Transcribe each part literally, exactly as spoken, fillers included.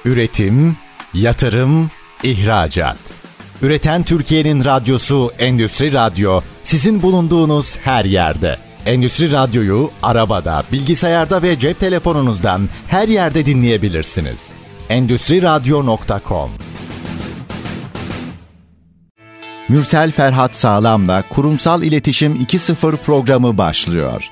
Üretim, yatırım, ihracat. Üreten Türkiye'nin radyosu Endüstri Radyo, sizin bulunduğunuz her yerde. Endüstri Radyo'yu arabada, bilgisayarda ve cep telefonunuzdan her yerde dinleyebilirsiniz. endüstri radyo nokta com. Mürsel Ferhat Sağlam'la Kurumsal İletişim iki nokta sıfır programı başlıyor.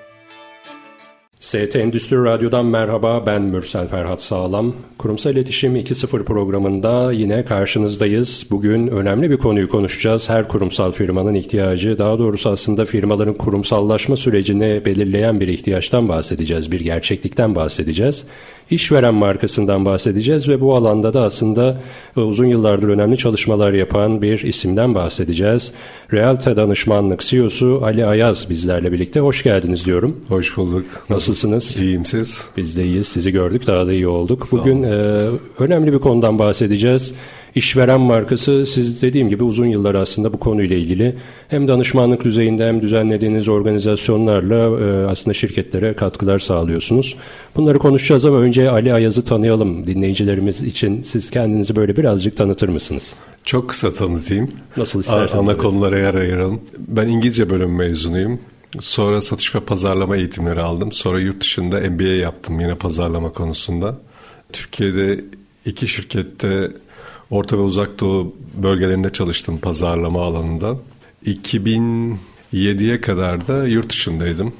S T Endüstri Radyo'dan merhaba, ben Mürsel Ferhat Sağlam. Kurumsal İletişim iki nokta sıfır programında yine karşınızdayız. Bugün önemli bir konuyu konuşacağız. Her kurumsal firmanın ihtiyacı, daha doğrusu aslında firmaların kurumsallaşma sürecini belirleyen bir ihtiyaçtan bahsedeceğiz, bir gerçeklikten bahsedeceğiz. İşveren markasından bahsedeceğiz ve bu alanda da aslında uzun yıllardır önemli çalışmalar yapan bir isimden bahsedeceğiz. Realte Danışmanlık C E O'su Ali Ayaz bizlerle birlikte. Hoş geldiniz diyorum. Hoş bulduk. Nasılsınız? İyiyim, siz? Biz de iyiyiz. Sizi gördük, daha da iyi olduk. Bugün e, önemli bir konudan bahsedeceğiz. İşveren markası, siz dediğim gibi uzun yıllar aslında bu konuyla ilgili hem danışmanlık düzeyinde hem düzenlediğiniz organizasyonlarla e, aslında şirketlere katkılar sağlıyorsunuz. Bunları konuşacağız ama önce Ali Ayaz'ı tanıyalım dinleyicilerimiz için. Siz kendinizi böyle birazcık tanıtır mısınız? Çok kısa tanıtayım. Nasıl isterseniz. Ana evet. konulara yer ayıralım. Ben İngilizce bölümü mezunuyum. Sonra satış ve pazarlama eğitimleri aldım. Sonra yurt dışında M B A yaptım yine pazarlama konusunda. Türkiye'de iki şirkette Orta ve Uzak Doğu bölgelerinde çalıştım pazarlama alanında. iki bin yediye kadar da yurt dışındaydım.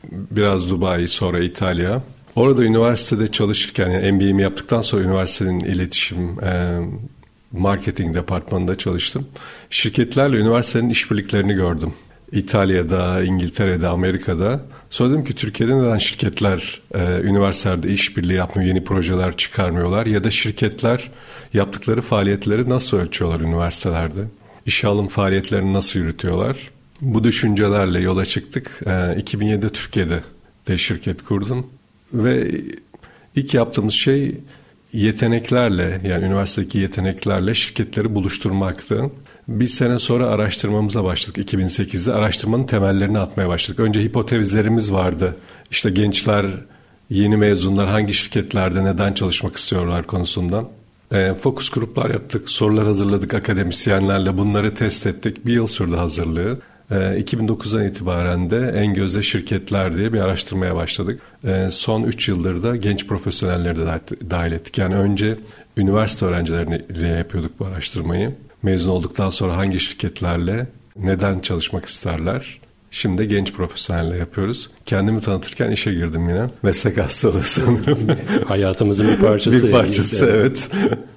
Biraz Dubai, sonra İtalya. Orada üniversitede çalışırken, yani M B A'mi yaptıktan sonra üniversitenin iletişim, e, marketing departmanında çalıştım. Şirketlerle üniversitenin işbirliklerini gördüm. İtalya'da, İngiltere'de, Amerika'da. Sonra dedim ki Türkiye'de neden şirketler e, üniversitelerde işbirliği yapmıyor, yeni projeler çıkarmıyorlar ya da şirketler yaptıkları faaliyetleri nasıl ölçüyorlar üniversitelerde? İşe alım faaliyetlerini nasıl yürütüyorlar? Bu düşüncelerle yola çıktık. E, iki bin yedide Türkiye'de de şirket kurdum ve ilk yaptığımız şey yeteneklerle, yani üniversitedeki yeteneklerle şirketleri buluşturmaktı. Bir sene sonra araştırmamıza başladık. iki bin sekizde araştırmanın temellerini atmaya başladık. Önce hipotezlerimiz vardı. İşte gençler, yeni mezunlar hangi şirketlerde neden çalışmak istiyorlar konusundan. E, fokus gruplar yaptık, sorular hazırladık akademisyenlerle, bunları test ettik. Bir yıl sürdü hazırlığı. E, iki bin dokuzdan itibaren de En Gözde Şirketler diye bir araştırmaya başladık. E, son üç yıldır da genç profesyonelleri de dahil ettik. Yani önce üniversite öğrencileriyle yapıyorduk bu araştırmayı. Mezun olduktan sonra hangi şirketlerle neden çalışmak isterler? Şimdi de genç profesyonelle yapıyoruz. Kendimi tanıtırken işe girdim yine. Meslek hastalığı sanırım. Hayatımızın bir parçası. bir parçası yani. Evet.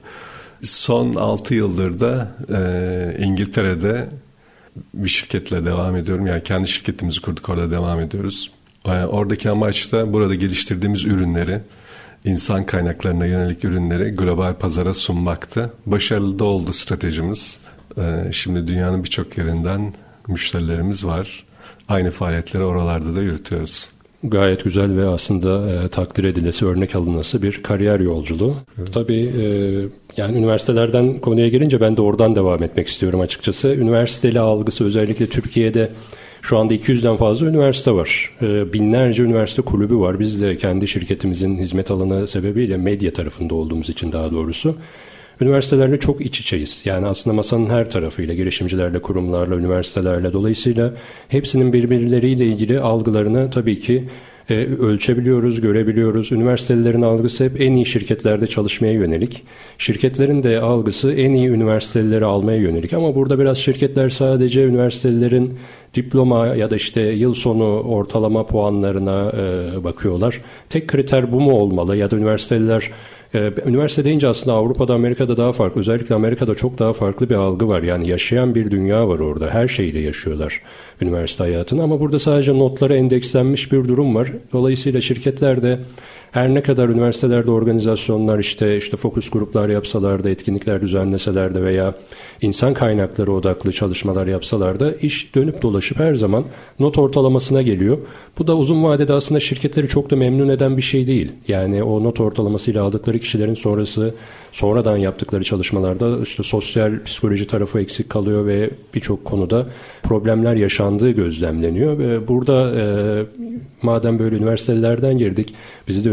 Son altı yıldır da e, İngiltere'de bir şirketle devam ediyorum. Yani kendi şirketimizi kurduk, orada devam ediyoruz. E, oradaki amaç da burada geliştirdiğimiz ürünleri, İnsan kaynaklarına yönelik ürünleri global pazara sunmaktı. Başarılı da oldu stratejimiz. Ee, şimdi dünyanın birçok yerinden müşterilerimiz var. Aynı faaliyetleri oralarda da yürütüyoruz. Gayet güzel ve aslında e, takdir edilesi, örnek alınması bir kariyer yolculuğu. Evet. Tabii e, yani üniversitelerden konuya gelince ben de oradan devam etmek istiyorum açıkçası. Üniversiteli algısı özellikle Türkiye'de şu anda iki yüzden fazla üniversite var. E, binlerce üniversite kulübü var. Biz de kendi şirketimizin hizmet alanı sebebiyle medya tarafında olduğumuz için daha doğrusu üniversitelerle çok iç içeyiz. Yani aslında masanın her tarafıyla, girişimcilerle, kurumlarla, üniversitelerle, dolayısıyla hepsinin birbirleriyle ilgili algılarını tabii ki e, ölçebiliyoruz, görebiliyoruz. Üniversitelerin algısı hep en iyi şirketlerde çalışmaya yönelik. Şirketlerin de algısı en iyi üniversiteleri almaya yönelik. Ama burada biraz şirketler sadece üniversitelerin diploma ya da işte yıl sonu ortalama puanlarına e, bakıyorlar. Tek kriter bu mu olmalı ya da üniversiteler Ee, üniversite deyince aslında Avrupa'da, Amerika'da daha farklı. Özellikle Amerika'da çok daha farklı bir algı var. Yani yaşayan bir dünya var orada. Her şeyle yaşıyorlar üniversite hayatını. Ama burada sadece notlara endekslenmiş bir durum var. Dolayısıyla şirketler de her ne kadar üniversitelerde organizasyonlar işte işte fokus gruplar yapsalar da, etkinlikler düzenleseler de veya insan kaynakları odaklı çalışmalar yapsalar da iş dönüp dolaşıp her zaman not ortalamasına geliyor. Bu da uzun vadede aslında şirketleri çok da memnun eden bir şey değil. Yani o not ortalamasıyla aldıkları kişilerin sonrası sonradan yaptıkları çalışmalarda işte sosyal psikoloji tarafı eksik kalıyor ve birçok konuda problemler yaşandığı gözlemleniyor. Ve burada e, madem böyle üniversitelerden girdik, bizi de üniversite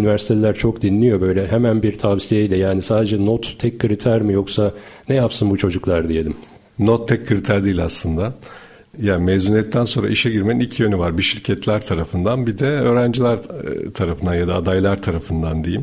üniversiteler çok dinliyor böyle hemen bir tavsiyeyle, yani sadece not tek kriter mi yoksa ne yapsın bu çocuklar diyelim. Not tek kriter değil aslında. Yani mezuniyetten sonra işe girmenin iki yönü var. Bir şirketler tarafından, bir de öğrenciler tarafından ya da adaylar tarafından diyeyim.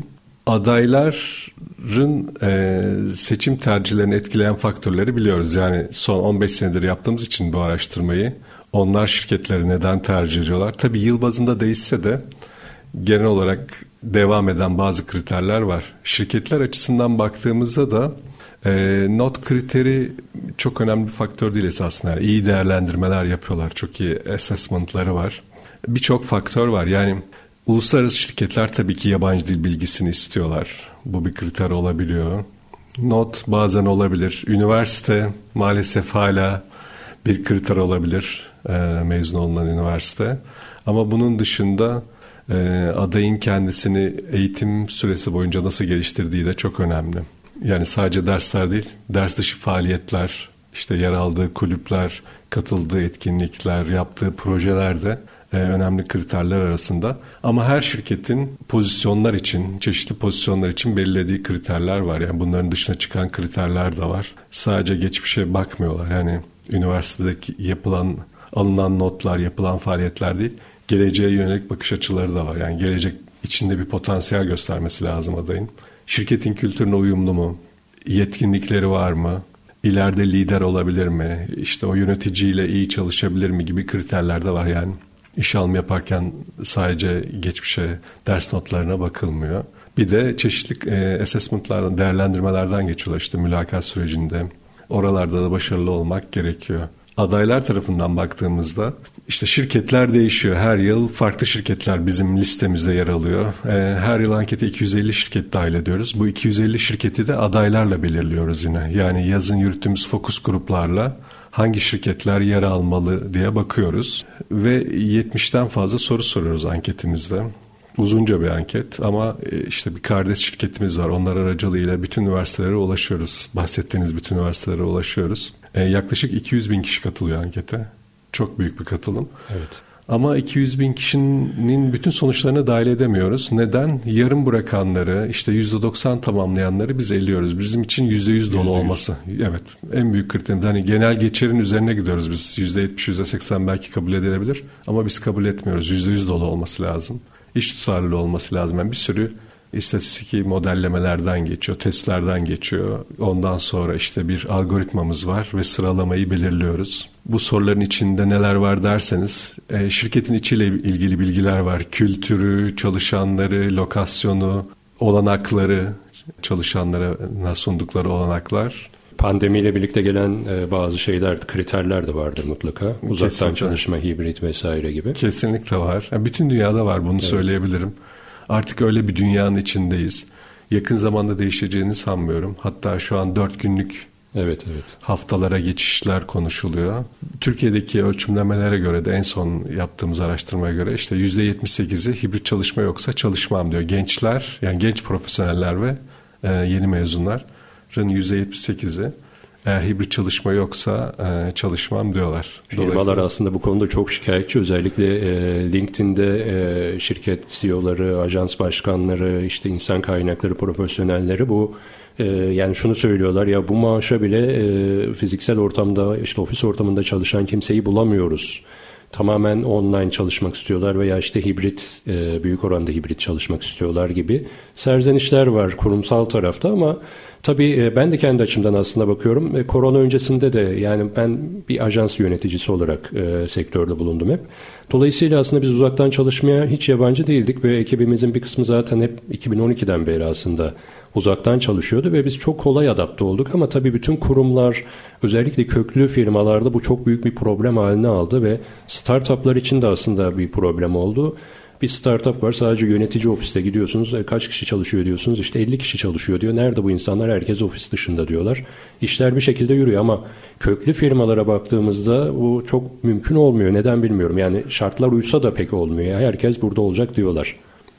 Adayların e, seçim tercihlerini etkileyen faktörleri biliyoruz. Yani son on beş senedir yaptığımız için bu araştırmayı, onlar şirketleri neden tercih ediyorlar? Tabii yıl bazında değişse de genel olarak devam eden bazı kriterler var. Şirketler açısından baktığımızda da e, not kriteri çok önemli bir faktör değil esasında. Yani iyi değerlendirmeler yapıyorlar, çok iyi assessment'ları var. Birçok faktör var. Yani uluslararası şirketler tabii ki yabancı dil bilgisini istiyorlar. Bu bir kriter olabiliyor. Not bazen olabilir. Üniversite maalesef hala bir kriter olabilir, e, mezun olunan üniversite. Ama bunun dışında e, adayın kendisini eğitim süresi boyunca nasıl geliştirdiği de çok önemli. Yani sadece dersler değil, ders dışı faaliyetler, işte yer aldığı kulüpler, katıldığı etkinlikler, yaptığı projeler de e, önemli kriterler arasında. Ama her şirketin pozisyonlar için, çeşitli pozisyonlar için belirlediği kriterler var. Yani bunların dışına çıkan kriterler de var. Sadece geçmişe bakmıyorlar. Yani üniversitedeki yapılan, alınan notlar, yapılan faaliyetler değil, geleceğe yönelik bakış açıları da var. Yani gelecek içinde bir potansiyel göstermesi lazım adayın. Şirketin kültürüne uyumlu mu? Yetkinlikleri var mı? İleride lider olabilir mi? İşte o yöneticiyle iyi çalışabilir mi gibi kriterler de var. Yani iş alımı yaparken sadece geçmişe, ders notlarına bakılmıyor. Bir de çeşitli e, assessment'lardan, değerlendirmelerden geçiyorlar işte mülakat sürecinde. Oralarda da başarılı olmak gerekiyor. Adaylar tarafından baktığımızda işte şirketler değişiyor. Her yıl farklı şirketler bizim listemizde yer alıyor. Her yıl ankete iki yüz elli şirket dahil ediyoruz. Bu iki yüz elli şirketi de adaylarla belirliyoruz yine. Yani yazın yürüttüğümüz fokus gruplarla hangi şirketler yer almalı diye bakıyoruz. Ve yetmişten fazla soru soruyoruz anketimizde. Uzunca bir anket ama işte bir kardeş şirketimiz var. Onlar aracılığıyla bütün üniversitelere ulaşıyoruz. Bahsettiğiniz bütün üniversitelere ulaşıyoruz. Ee, yaklaşık iki yüz bin kişi katılıyor ankete. Çok büyük bir katılım. Evet. Ama iki yüz bin kişinin bütün sonuçlarını dahil edemiyoruz. Neden? Yarım bırakanları, işte yüzde doksan tamamlayanları biz eliyoruz. Bizim için yüzde yüz dolu olması. Evet, en büyük kriterimiz. Hani genel geçerin üzerine gidiyoruz biz. yüzde yetmiş, yüzde seksen belki kabul edilebilir. Ama biz kabul etmiyoruz. yüzde yüz dolu olması lazım. İş tutarlı olması lazım. Yani bir sürü istatistik modellemelerden geçiyor, testlerden geçiyor. Ondan sonra işte bir algoritmamız var ve sıralamayı belirliyoruz. Bu soruların içinde neler var derseniz, e, şirketin içiyle ilgili bilgiler var. Kültürü, çalışanları, lokasyonu, olanakları, çalışanlara sundukları olanaklar. Pandemiyle birlikte gelen e, bazı şeyler, kriterler de vardır mutlaka. Uzaktan Kesinlikle. Çalışma, hibrit vesaire gibi. Kesinlikle var. Yani bütün dünyada var, bunu evet. söyleyebilirim. Artık öyle bir dünyanın içindeyiz. Yakın zamanda değişeceğini sanmıyorum. Hatta şu an dört günlük evet, evet. haftalara geçişler konuşuluyor. Türkiye'deki ölçümlemelere göre de en son yaptığımız araştırmaya göre işte yüzde yetmiş sekizi hibrit çalışma yoksa çalışmam diyor. Gençler, yani genç profesyoneller ve e, yeni mezunların yüzde yetmiş sekizi eğer hibrit çalışma yoksa e, çalışmam diyorlar. Firmalar aslında bu konuda çok şikayetçi. Özellikle e, LinkedIn'de e, şirket C E O'ları, ajans başkanları, işte insan kaynakları profesyonelleri bu e, yani şunu söylüyorlar, ya bu maaşa bile e, fiziksel ortamda, işte ofis ortamında çalışan kimseyi bulamıyoruz. Tamamen online çalışmak istiyorlar veya işte hibrit, e, büyük oranda hibrit çalışmak istiyorlar gibi serzenişler var kurumsal tarafta. Ama tabii e, ben de kendi açımdan aslında bakıyorum. E, korona öncesinde de yani ben bir ajans yöneticisi olarak e, sektörde bulundum hep. Dolayısıyla aslında biz uzaktan çalışmaya hiç yabancı değildik ve ekibimizin bir kısmı zaten hep iki bin on ikiden beri aslında uzaktan çalışıyordu ve biz çok kolay adapte olduk. Ama tabii bütün kurumlar, özellikle köklü firmalarda bu çok büyük bir problem haline aldı ve startuplar için de aslında bir problem oldu. Bir startup var, sadece yönetici ofiste gidiyorsunuz, e, kaç kişi çalışıyor diyorsunuz, işte elli kişi çalışıyor diyor. Nerede bu insanlar? Herkes ofis dışında diyorlar. İşler bir şekilde yürüyor ama köklü firmalara baktığımızda bu çok mümkün olmuyor. Neden bilmiyorum. Yani şartlar uysa da pek olmuyor. Herkes burada olacak diyorlar.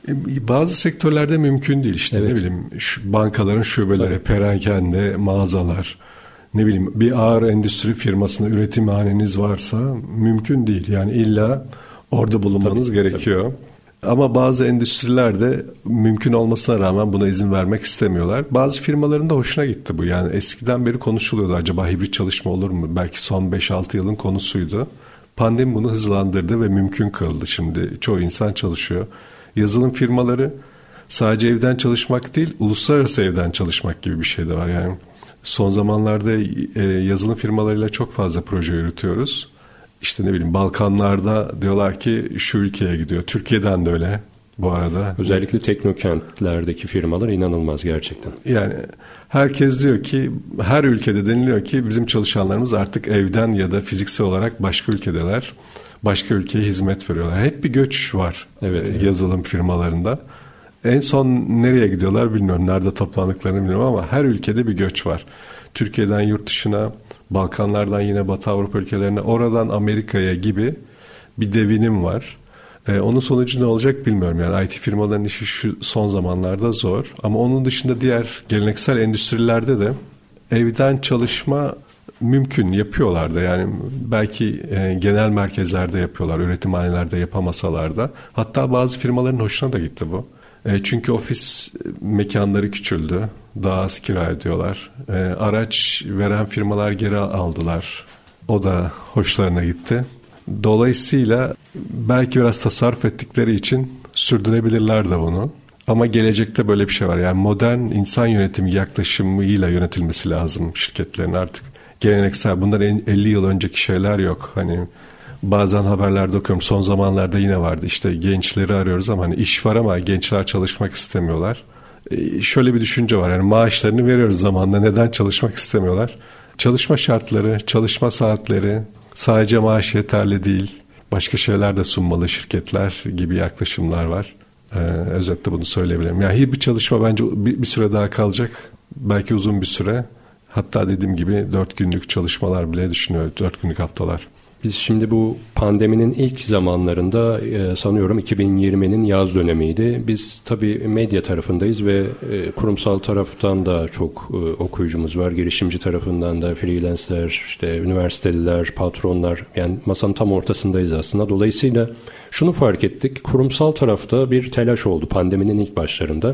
Bazı sektörlerde mümkün değil işte evet. Ne bileyim şu bankaların şubeleri, tabii. perakende, mağazalar, ne bileyim bir ağır endüstri firmasında üretimhaneniz varsa mümkün değil. Yani illa orada bulunmanız tabii, gerekiyor. Ama bazı endüstrilerde mümkün olmasına rağmen buna izin vermek istemiyorlar. Bazı firmaların da hoşuna gitti bu. Yani eskiden beri konuşuluyordu, acaba hibrit çalışma olur mu? Belki son beş altı yılın konusuydu. Pandemi bunu hızlandırdı ve mümkün kıldı. Şimdi çoğu insan çalışıyor. Yazılım firmaları sadece evden çalışmak değil, uluslararası evden çalışmak gibi bir şey de var. Yani son zamanlarda e, yazılım firmalarıyla çok fazla proje yürütüyoruz. İşte ne bileyim, Balkanlarda diyorlar ki şu ülkeye gidiyor. Türkiye'den de öyle bu arada. Özellikle teknokentlerdeki firmalar inanılmaz gerçekten. Yani herkes diyor ki, her ülkede deniliyor ki bizim çalışanlarımız artık evden ya da fiziksel olarak başka ülkedeler. Başka ülkeye hizmet veriyorlar. Hep bir göç var evet, evet. yazılım firmalarında. En son nereye gidiyorlar bilmiyorum. Nerede toplandıklarını bilmiyorum ama her ülkede bir göç var. Türkiye'den yurt dışına, Balkanlardan yine Batı Avrupa ülkelerine, oradan Amerika'ya gibi bir devinim var. Ee, onun sonucu ne olacak bilmiyorum. Yani I T firmaların işi şu son zamanlarda zor. Ama onun dışında diğer geleneksel endüstrilerde de evden çalışma mümkün, yapıyorlar da. Yani belki e, genel merkezlerde yapıyorlar, üretimhanelerde yapamasalar da. Hatta bazı firmaların hoşuna da gitti bu. E, çünkü ofis mekanları küçüldü. Daha az kira ediyorlar. E, araç veren firmalar geri aldılar. O da hoşlarına gitti. Dolayısıyla belki biraz tasarruf ettikleri için sürdürebilirler de bunu. Ama gelecekte böyle bir şey var. Yani modern insan yönetimi yaklaşımıyla yönetilmesi lazım şirketlerin artık. Geleneksel, bunlar elli yıl önceki şeyler yok. Hani bazen haberlerde okuyorum, son zamanlarda yine vardı. İşte gençleri arıyoruz ama hani iş var ama gençler çalışmak istemiyorlar. Ee, şöyle bir düşünce var. Yani maaşlarını veriyoruz zamanında, neden çalışmak istemiyorlar? Çalışma şartları, çalışma saatleri, sadece maaş yeterli değil. Başka şeyler de sunmalı şirketler gibi yaklaşımlar var. Ee, özetle bunu söyleyebilirim. Yani hibrit çalışma bence bir, bir süre daha kalacak. Belki uzun bir süre. Hatta dediğim gibi dört günlük çalışmalar bile düşünüyor. Dört günlük haftalar. Biz şimdi bu pandeminin ilk zamanlarında e, sanıyorum iki bin yirminin yaz dönemiydi. Biz tabii medya tarafındayız ve e, kurumsal taraftan da çok e, okuyucumuz var. Girişimci tarafından da freelancer, işte üniversiteliler, patronlar, yani masanın tam ortasındayız aslında. Dolayısıyla şunu fark ettik. Kurumsal tarafta bir telaş oldu pandeminin ilk başlarında.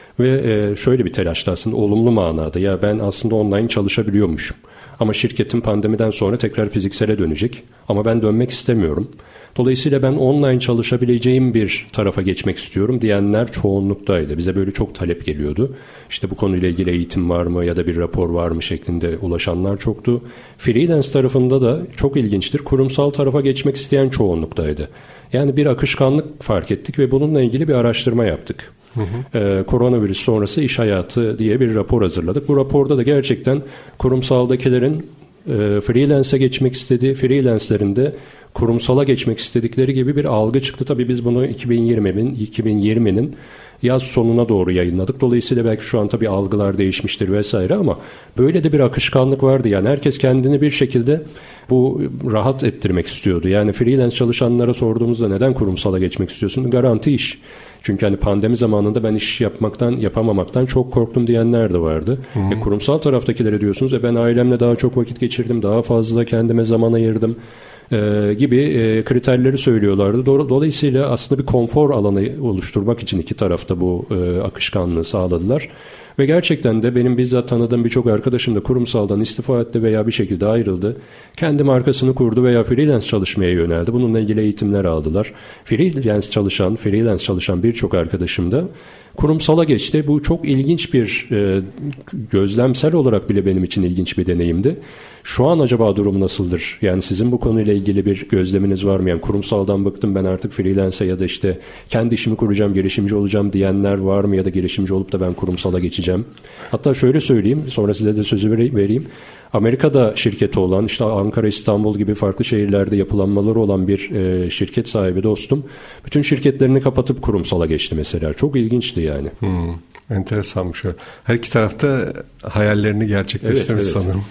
Ve şöyle bir telaştı aslında, olumlu manada. Ya ben aslında online çalışabiliyormuşum. Ama şirketim pandemiden sonra tekrar fiziksele dönecek. Ama ben dönmek istemiyorum. Dolayısıyla ben online çalışabileceğim bir tarafa geçmek istiyorum diyenler çoğunluktaydı. Bize böyle çok talep geliyordu. İşte bu konuyla ilgili eğitim var mı ya da bir rapor var mı şeklinde ulaşanlar çoktu. Freelance tarafında da çok ilginçtir. Kurumsal tarafa geçmek isteyen çoğunluktaydı. Yani bir akışkanlık fark ettik ve bununla ilgili bir araştırma yaptık. Hı hı. Ee, koronavirüs sonrası iş hayatı diye bir rapor hazırladık. Bu raporda da gerçekten kurumsaldakilerin e, freelance'e geçmek istediği, freelance'lerin de kurumsala geçmek istedikleri gibi bir algı çıktı. Tabii biz bunu iki bin yirminin iki bin yirminin yaz sonuna doğru yayınladık. Dolayısıyla belki şu an tabii algılar değişmiştir vesaire ama böyle de bir akışkanlık vardı. Yani herkes kendini bir şekilde bu rahat ettirmek istiyordu. Yani freelance çalışanlara sorduğumuzda neden kurumsala geçmek istiyorsun? Garanti iş. Çünkü hani pandemi zamanında ben iş yapmaktan, yapamamaktan çok korktum diyenler de vardı. E, kurumsal taraftakilere diyorsunuz, e, ben ailemle daha çok vakit geçirdim, daha fazla kendime zaman ayırdım e, gibi e, kriterleri söylüyorlardı. Dolayısıyla aslında bir konfor alanı oluşturmak için iki tarafta bu e, akışkanlığı sağladılar. Ve gerçekten de benim bizzat tanıdığım birçok arkadaşım da kurumsaldan istifa etti veya bir şekilde ayrıldı. Kendi markasını kurdu veya freelance çalışmaya yöneldi. Bununla ilgili eğitimler aldılar. Freelance çalışan, freelance çalışan birçok arkadaşım da kurumsala geçti. Bu çok ilginç bir, e, gözlemsel olarak bile benim için ilginç bir deneyimdi. Şu an acaba durum nasıldır? Yani sizin bu konuyla ilgili bir gözleminiz var mı? Yani kurumsaldan bıktım ben artık freelance'e ya da işte kendi işimi kuracağım, girişimci olacağım diyenler var mı? Ya da girişimci olup da ben kurumsala geçeceğim. Hatta şöyle söyleyeyim, sonra size de sözü vereyim. Amerika'da şirketi olan, işte Ankara, İstanbul gibi farklı şehirlerde yapılanmaları olan bir e, şirket sahibi dostum bütün şirketlerini kapatıp kurumsala geçti mesela. Çok ilginçti yani. Hmm, enteresanmış. Her iki tarafta hayallerini gerçekleştirmiş, evet, evet. sanırım.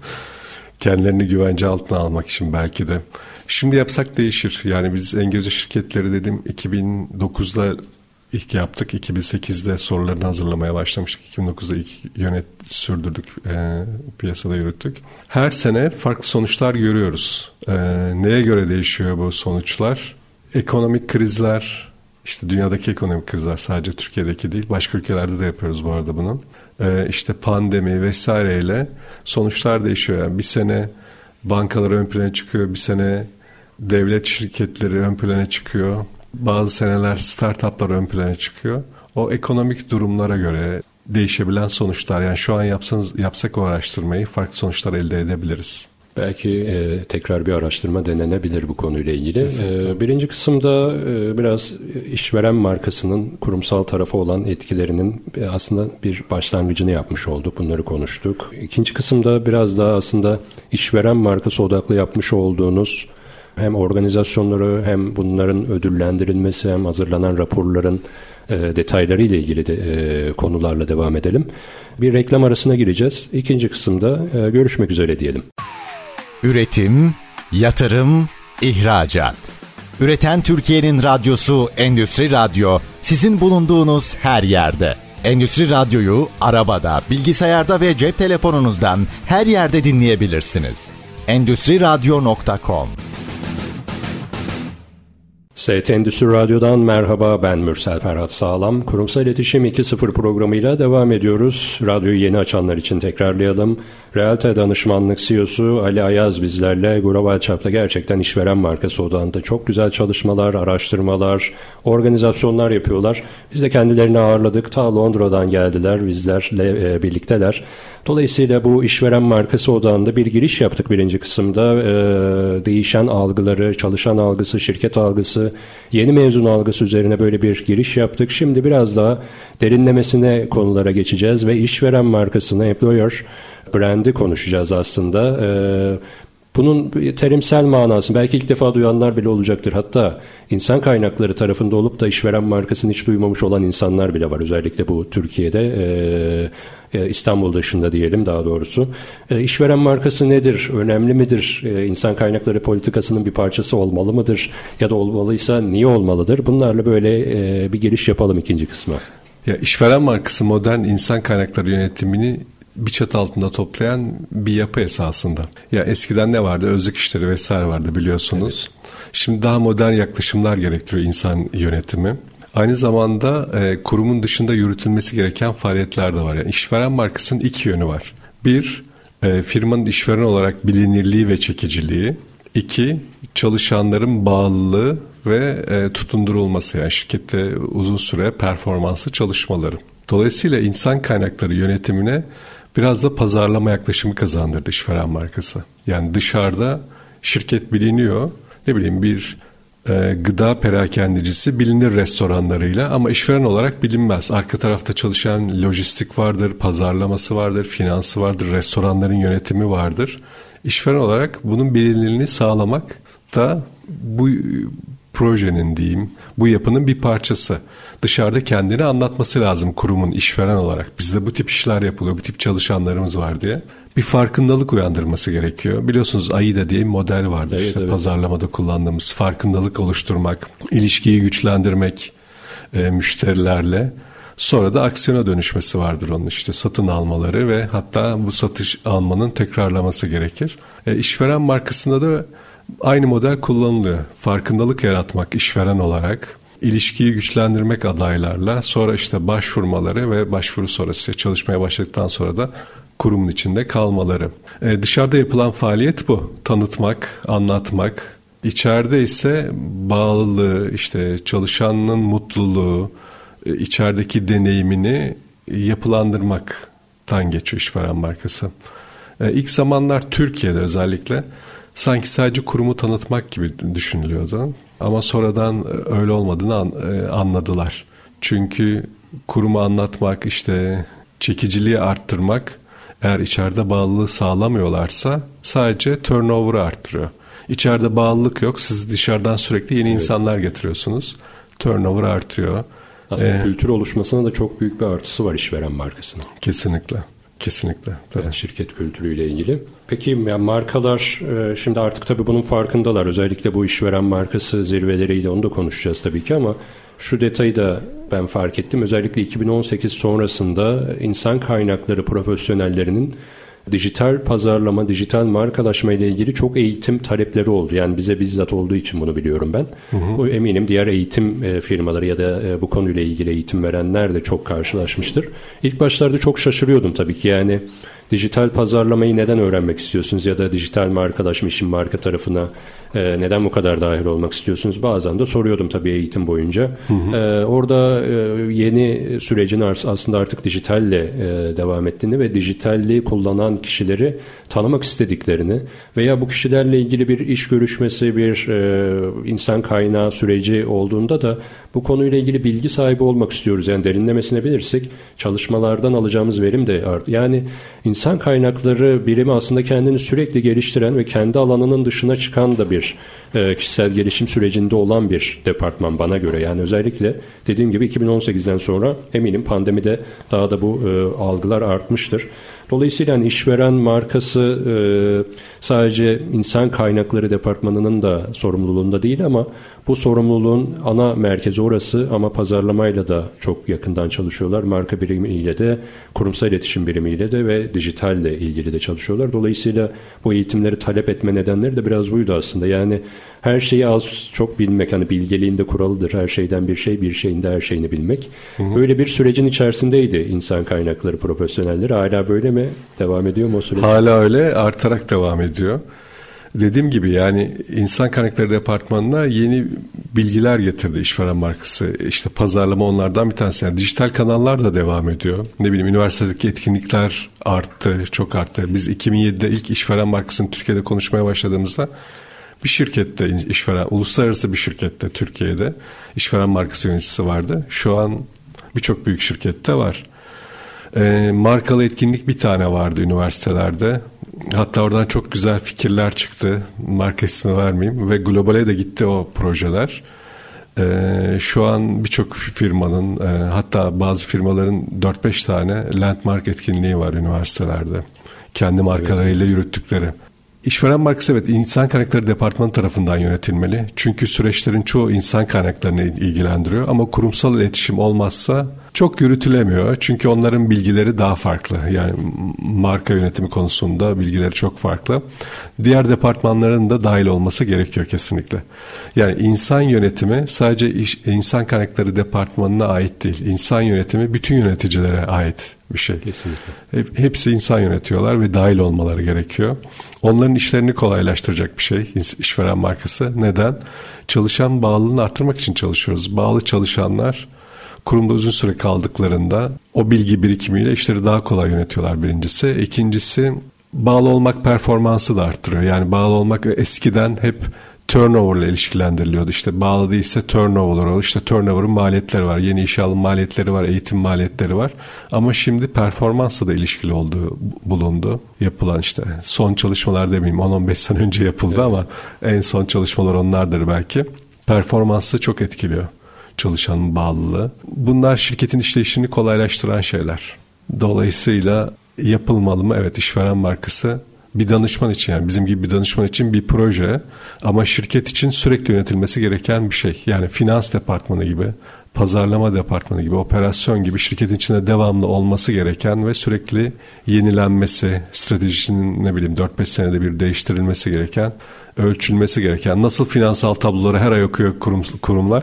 Kendilerini güvence altına almak için belki de. Şimdi yapsak değişir. Yani biz En-Gözü şirketleri dedim iki bin dokuzda ilk yaptık. iki bin sekizde sorularını hazırlamaya başlamıştık. iki bin dokuzda ilk yönet sürdürdük, e, piyasada yürüttük. Her sene farklı sonuçlar görüyoruz. E, neye göre değişiyor bu sonuçlar? Ekonomik krizler, İşte dünyadaki ekonomik krizler, sadece Türkiye'deki değil, başka ülkelerde de yapıyoruz bu arada bunu. Ee, işte pandemi vesaireyle sonuçlar değişiyor. Yani bir sene bankalar ön plana çıkıyor, bir sene devlet şirketleri ön plana çıkıyor. Bazı seneler startuplar ön plana çıkıyor. O ekonomik durumlara göre değişebilen sonuçlar. Yani şu an yapsanız, yapsak o araştırmayı farklı sonuçlar elde edebiliriz. Belki e, tekrar bir araştırma denenebilir bu konuyla ilgili. E, birinci kısımda e, biraz işveren markasının kurumsal tarafı olan etkilerinin e, aslında bir başlangıcını yapmış olduk. Bunları konuştuk. İkinci kısımda biraz daha aslında işveren markası odaklı yapmış olduğunuz hem organizasyonları hem bunların ödüllendirilmesi hem hazırlanan raporların e, detayları ile ilgili de, e, konularla devam edelim. Bir reklam arasına gireceğiz. İkinci kısımda e, görüşmek üzere diyelim. Üretim, yatırım, ihracat. Üreten Türkiye'nin radyosu Endüstri Radyo, sizin bulunduğunuz her yerde. Endüstri Radyo'yu arabada, bilgisayarda ve cep telefonunuzdan her yerde dinleyebilirsiniz. endüstri radyo nokta com. S T Endüstri Radyo'dan merhaba, ben Mürsel Ferhat Sağlam. Kurumsal İletişim iki nokta sıfır programıyla devam ediyoruz. Radyoyu yeni açanlar için tekrarlayalım. Realte Danışmanlık C E O'su Ali Ayaz bizlerle. Global çapta gerçekten işveren markası odağında çok güzel çalışmalar, araştırmalar, organizasyonlar yapıyorlar. Biz de kendilerini ağırladık. Ta Londra'dan geldiler, bizlerle e, birlikteler. Dolayısıyla bu işveren markası odağında bir giriş yaptık birinci kısımda. E, değişen algıları, çalışan algısı, şirket algısı, yeni mezun algısı üzerine böyle bir giriş yaptık. Şimdi biraz daha derinlemesine konulara geçeceğiz ve işveren markasını, employer brand'i konuşacağız aslında. Ee, bunun terimsel manası belki ilk defa duyanlar bile olacaktır. Hatta insan kaynakları tarafında olup da işveren markasını hiç duymamış olan insanlar bile var. Özellikle bu Türkiye'de, e, e, İstanbul dışında diyelim daha doğrusu. E, işveren markası nedir? Önemli midir? E, insan kaynakları politikasının bir parçası olmalı mıdır? Ya da olmalıysa niye olmalıdır? Bunlarla böyle e, bir giriş yapalım ikinci kısma. Ya işveren markası modern insan kaynakları yönetimini bir çatı altında toplayan bir yapı esasında. Ya eskiden ne vardı? Özlük işleri vesaire vardı biliyorsunuz. Evet. Şimdi daha modern yaklaşımlar gerektiriyor insan yönetimi. Aynı zamanda e, kurumun dışında yürütülmesi gereken faaliyetler de var. Yani işveren markasının iki yönü var. Bir, e, firmanın işveren olarak bilinirliği ve çekiciliği. İki, çalışanların bağlılığı ve e, tutundurulması. Yani şirkette uzun süre performanslı çalışmaları. Dolayısıyla insan kaynakları yönetimine biraz da pazarlama yaklaşımı kazandırdı işveren markası. Yani dışarıda şirket biliniyor. Ne bileyim bir e, gıda perakendecisi bilinir restoranlarıyla ama işveren olarak bilinmez. Arka tarafta çalışan lojistik vardır, pazarlaması vardır, finansı vardır, restoranların yönetimi vardır. İşveren olarak bunun bilinirliğini sağlamak da bu projenin diyeyim, bu yapının bir parçası. Dışarıda kendini anlatması lazım kurumun işveren olarak. Bizde bu tip işler yapılıyor, bu tip çalışanlarımız var diye. Bir farkındalık uyandırması gerekiyor. Biliyorsunuz AIDA diye bir model vardı. Evet, işte evet. Pazarlamada kullandığımız farkındalık oluşturmak, ilişkiyi güçlendirmek e, müşterilerle. Sonra da aksiyona dönüşmesi vardır onun, işte satın almaları ve hatta bu satış almanın tekrarlaması gerekir. E, işveren markasında da aynı model kullanılıyor. Farkındalık yaratmak işveren olarak, ilişkiyi güçlendirmek adaylarla, sonra işte başvurmaları ve başvuru sonrası çalışmaya başladıktan sonra da kurumun içinde kalmaları. Ee, dışarıda yapılan faaliyet bu. Tanıtmak, anlatmak. İçeride ise bağlılığı, işte çalışanın mutluluğu, içerideki deneyimini yapılandırmaktan geçiyor işveren markası. Ee, ilk zamanlar Türkiye'de özellikle sanki sadece kurumu tanıtmak gibi düşünülüyordu. Ama sonradan öyle olmadığını anladılar. Çünkü kurumu anlatmak, işte çekiciliği arttırmak, eğer içeride bağlılığı sağlamıyorlarsa sadece turnover'ı arttırıyor. İçeride bağlılık yok, siz dışarıdan sürekli yeni evet. insanlar getiriyorsunuz. Turnover artıyor. Aslında ee, kültür oluşmasına da çok büyük bir artısı var işveren markasının. Kesinlikle. Kesinlikle. Yani şirket kültürüyle ilgili. Peki yani markalar şimdi artık tabii bunun farkındalar. Özellikle bu işveren markası zirveleriyle onu da konuşacağız tabii ki ama şu detayı da ben fark ettim. Özellikle iki bin on sekiz sonrasında insan kaynakları profesyonellerinin dijital pazarlama, dijital markalaşma ile ilgili çok eğitim talepleri oldu. Yani bize bizzat olduğu için bunu biliyorum ben. Hı hı. O eminim diğer eğitim firmaları ya da bu konuyla ilgili eğitim verenler de çok karşılaşmıştır. İlk başlarda çok şaşırıyordum tabii ki, yani dijital pazarlamayı neden öğrenmek istiyorsunuz ya da dijital markalaşma, işin marka tarafına e, neden bu kadar dahil olmak istiyorsunuz? Bazen de soruyordum tabii eğitim boyunca. Hı hı. E, orada e, yeni sürecin aslında artık dijitalle e, devam ettiğini ve dijitalliği kullanan kişileri tanımak istediklerini veya bu kişilerle ilgili bir iş görüşmesi, bir e, insan kaynağı süreci olduğunda da bu konuyla ilgili bilgi sahibi olmak istiyoruz. Yani derinlemesine bilirsek çalışmalardan alacağımız verim de artıyor. Yani İnsan kaynakları birimi aslında kendini sürekli geliştiren ve kendi alanının dışına çıkan da bir e, kişisel gelişim sürecinde olan bir departman bana göre. Yani özellikle dediğim gibi iki bin on sekizden sonra eminim pandemide daha da bu e, algılar artmıştır. Dolayısıyla yani işveren markası e, sadece insan kaynakları departmanının da sorumluluğunda değil ama bu sorumluluğun ana merkezi orası, ama pazarlamayla da çok yakından çalışıyorlar. Marka birimiyle de, kurumsal iletişim birimiyle de ve dijitalle ilgili de çalışıyorlar. Dolayısıyla bu eğitimleri talep etme nedenleri de biraz buydu aslında. Yani her şeyi az çok bilmek, hani bilgeliğin de kuralıdır. Her şeyden bir şey, bir şeyin de her şeyini bilmek. Hı hı. Böyle bir sürecin içerisindeydi insan kaynakları profesyonelleri. Hala böyle mi? Devam ediyor mu o süreç? Hala öyle, artarak devam ediyor. Dediğim gibi yani insan kaynakları departmanına yeni bilgiler getirdi işveren markası. İşte pazarlama onlardan bir tanesi. Yani dijital kanallar da devam ediyor. Ne bileyim, üniversitedeki etkinlikler arttı, çok arttı. Biz iki bin yedide ilk işveren markasını Türkiye'de konuşmaya başladığımızda bir şirkette, işveren, uluslararası bir şirkette Türkiye'de işveren markası yöneticisi vardı. Şu an birçok büyük şirkette var. E, markalı etkinlik bir tane vardı üniversitelerde. Hatta oradan çok güzel fikirler çıktı. Marka ismi vermeyeyim. Ve globale de gitti o projeler. Ee, şu an birçok firmanın, e, hatta bazı firmaların dört beş tane landmark etkinliği var üniversitelerde. Kendi markalarıyla evet. yürüttükleri. İşveren markası evet insan kaynakları departmanı tarafından yönetilmeli. Çünkü süreçlerin çoğu insan kaynaklarını ilgilendiriyor. Ama kurumsal iletişim olmazsa çok yürütülemiyor. Çünkü onların bilgileri daha farklı. Yani marka yönetimi konusunda bilgileri çok farklı. Diğer departmanların da dahil olması gerekiyor kesinlikle. Yani insan yönetimi sadece iş, insan kaynakları departmanına ait değil. İnsan yönetimi bütün yöneticilere ait bir şey. Kesinlikle. Hep, hepsi insan yönetiyorlar ve dahil olmaları gerekiyor. Onların işlerini kolaylaştıracak bir şey işveren markası. Neden? Çalışan bağlılığını arttırmak için çalışıyoruz. Bağlı çalışanlar kurumda uzun süre kaldıklarında o bilgi birikimiyle işleri daha kolay yönetiyorlar birincisi. İkincisi, bağlı olmak performansı da arttırıyor. Yani bağlı olmak eskiden hep turnover ile ilişkilendiriliyordu. İşte bağlı değilse turnover olur. İşte turnover'ın maliyetleri var. Yeni işe alım maliyetleri var. Eğitim maliyetleri var. Ama şimdi performansla da ilişkili olduğu bulundu. Yapılan işte son çalışmalar demeyeyim on on beş sene önce yapıldı evet. ama en son çalışmalar onlardır belki. Performansı çok etkiliyor çalışanın bağlılığı. Bunlar şirketin işleyişini kolaylaştıran şeyler. Dolayısıyla yapılmalı mı? Evet, işveren markası bir danışman için, yani bizim gibi bir danışman için bir proje ama şirket için sürekli yönetilmesi gereken bir şey. Yani finans departmanı gibi, pazarlama departmanı gibi, operasyon gibi şirketin içinde devamlı olması gereken ve sürekli yenilenmesi, stratejisinin ne bileyim dört beş senede bir değiştirilmesi gereken, ölçülmesi gereken, nasıl finansal tabloları her ay okuyor kurum, kurumlar.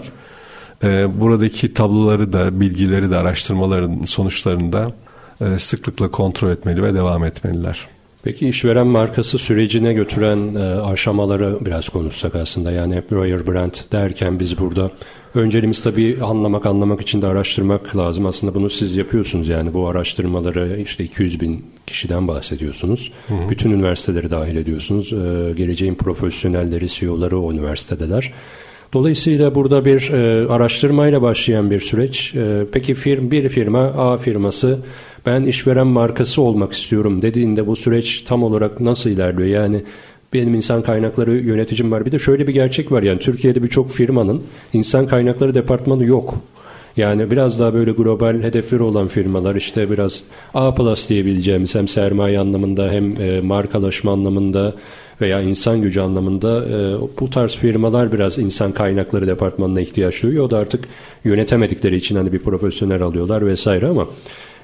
Buradaki tabloları da, bilgileri de, araştırmaların sonuçlarını da sıklıkla kontrol etmeli ve devam etmeliler. Peki işveren markası sürecine götüren e, aşamaları biraz konuşsak aslında. Yani employer brand derken biz burada önceliğimiz tabii anlamak, anlamak için de araştırmak lazım. Aslında bunu siz yapıyorsunuz, yani bu araştırmaları işte iki yüz bin kişiden bahsediyorsunuz. Hı hı. Bütün üniversiteleri dahil ediyorsunuz. E, geleceğin profesyonelleri, C E O'ları o üniversitedeler. Dolayısıyla burada bir e, araştırmayla başlayan bir süreç. E, peki firm, bir firma, A firması ben işveren markası olmak istiyorum dediğinde bu süreç tam olarak nasıl ilerliyor? Yani benim insan kaynakları yöneticim var. Bir de şöyle bir gerçek var, yani Türkiye'de birçok firmanın insan kaynakları departmanı yok. Yani biraz daha böyle global hedefleri olan firmalar, işte biraz A plus diyebileceğimiz hem sermaye anlamında hem e, markalaşma anlamında veya insan gücü anlamında e, bu tarz firmalar biraz insan kaynakları departmanına ihtiyaç duyuyor. O da artık yönetemedikleri için hani bir profesyonel alıyorlar vesaire ama